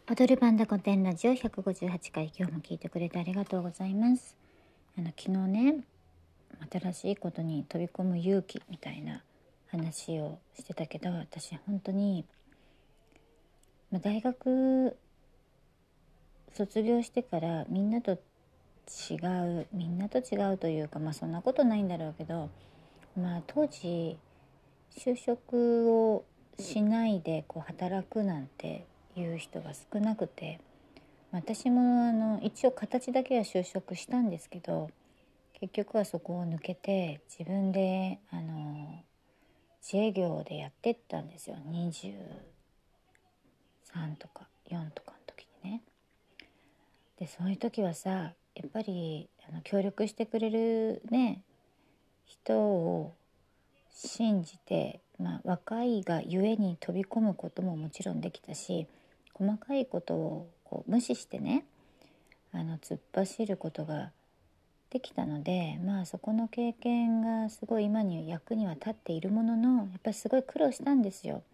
アドルバンダ古典ラジオ158回、今日も聞いてくれてありがとうございます。昨日ね、新しいことに飛び込む勇気みたいな話をしてたけど、私本当に、大学卒業してからみんなと違うというか、そんなことないんだろうけど、当時就職をしないで働くなんていう人が少なくて、私も一応形だけは就職したんですけど、結局はそこを抜けて自分で自営業でやってったんですよ。23とか4とかの時にね。でそういう時はさ、やっぱり協力してくれるね人を信じて、若いがゆえに飛び込むことももちろんできたし、細かいことを無視してね突っ走ることができたので、そこの経験がすごい今に役には立っているものの、やっぱりすごい苦労したんですよ。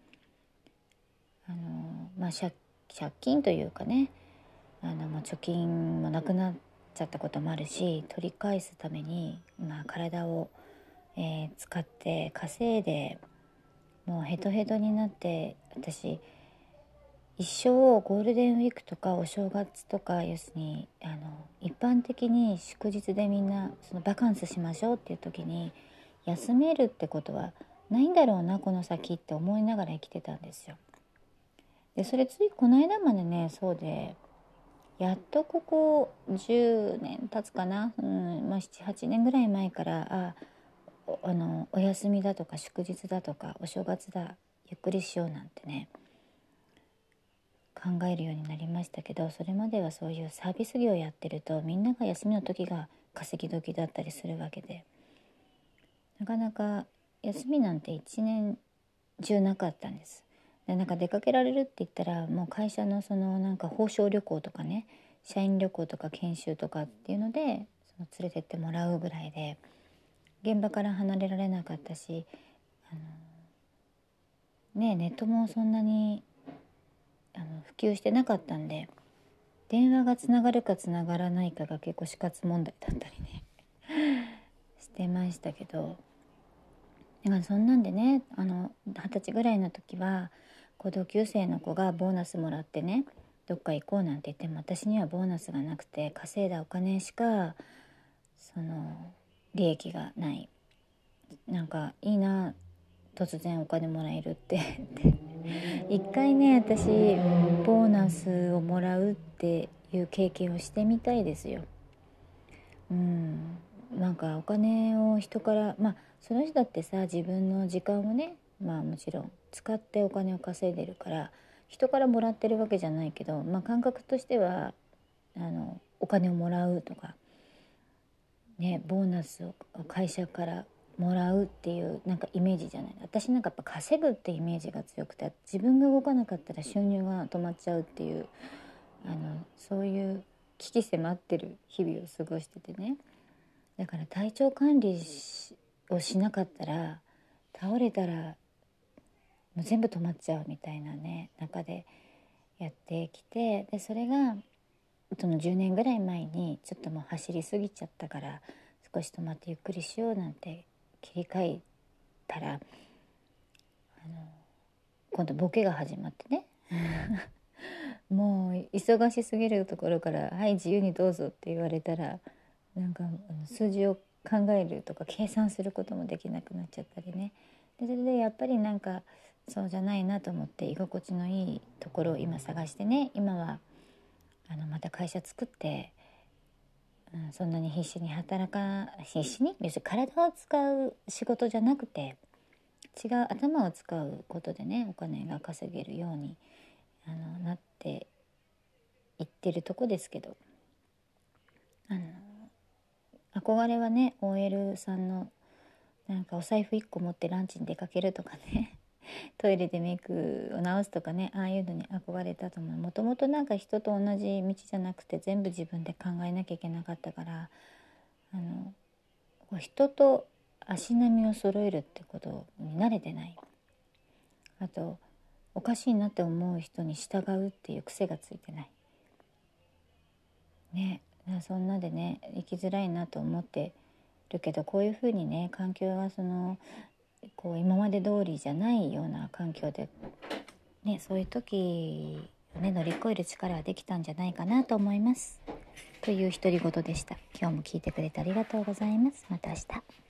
借金というかね、貯金もなくなっちゃったこともあるし、取り返すために、体を、使って稼いで、もうヘトヘトになって、私一生ゴールデンウィークとかお正月とか、要するに一般的に祝日でみんなそのバカンスしましょうっていう時に休めるってことはないんだろうなこの先って思いながら生きてたんですよ。でそれついこの間までねそうで、やっとここ10年経つかな、7、8年ぐらい前からお休みだとか祝日だとかお正月だゆっくりしようなんてね考えるようになりましたけど、それまではそういうサービス業をやってるとみんなが休みの時が稼ぎ時だったりするわけで、なかなか休みなんて一年中なかったんです。で出かけられるって言ったらもう会社の報奨旅行とかね、社員旅行とか研修とかっていうので連れてってもらうぐらいで、現場から離れられなかったし、ネットもそんなに普及してなかったんで、電話がつながるかつながらないかが結構死活問題だったりねしてましたけど、だからそんなんでね20歳ぐらいの時は同級生の子がボーナスもらってねどっか行こうなんて言っても、私にはボーナスがなくて稼いだお金しか利益がない。いいな突然お金もらえるって一回ね私ボーナスをもらうっていう経験をしてみたいですよ。お金を人から、その人だってさ自分の時間をねもちろん使ってお金を稼いでるから人からもらってるわけじゃないけど、感覚としてはお金をもらうとかね、ボーナスを会社からもらうっていうイメージじゃない。私やっぱ稼ぐってイメージが強くて、自分が動かなかったら収入が止まっちゃうっていうそういう危機迫ってる日々を過ごしててね。だから体調管理をしなかったら倒れたらもう全部止まっちゃうみたいなね中でやってきて、でそれがその10年ぐらい前にちょっともう走りすぎちゃったから少し止まってゆっくりしようなんて切り替えたら今度ボケが始まってねもう忙しすぎるところから「はい自由にどうぞ」って言われたら数字を考えるとか計算することもできなくなっちゃったりね。でそれでやっぱりそうじゃないなと思って居心地のいいところを今探してね、今はまた会社作って、そんなに必死に必死に要するに体を使う仕事じゃなくて違う頭を使うことでねお金が稼げるようになっていってるとこですけど、憧れはね OL さんのお財布1個持ってランチに出かけるとかねトイレでメイクを直すとかね、ああいうのに憧れたと思う。もともと人と同じ道じゃなくて全部自分で考えなきゃいけなかったから、人と足並みを揃えるってことに慣れてない。あとおかしいなって思う人に従うっていう癖がついてないね。そんなでね生きづらいなと思ってるけど、こういうふうにね環境がこう今まで通りじゃないような環境でね、そういう時をね乗り越える力ができたんじゃないかなと思います。という独り言でした。今日も聞いてくれてありがとうございます。また明日。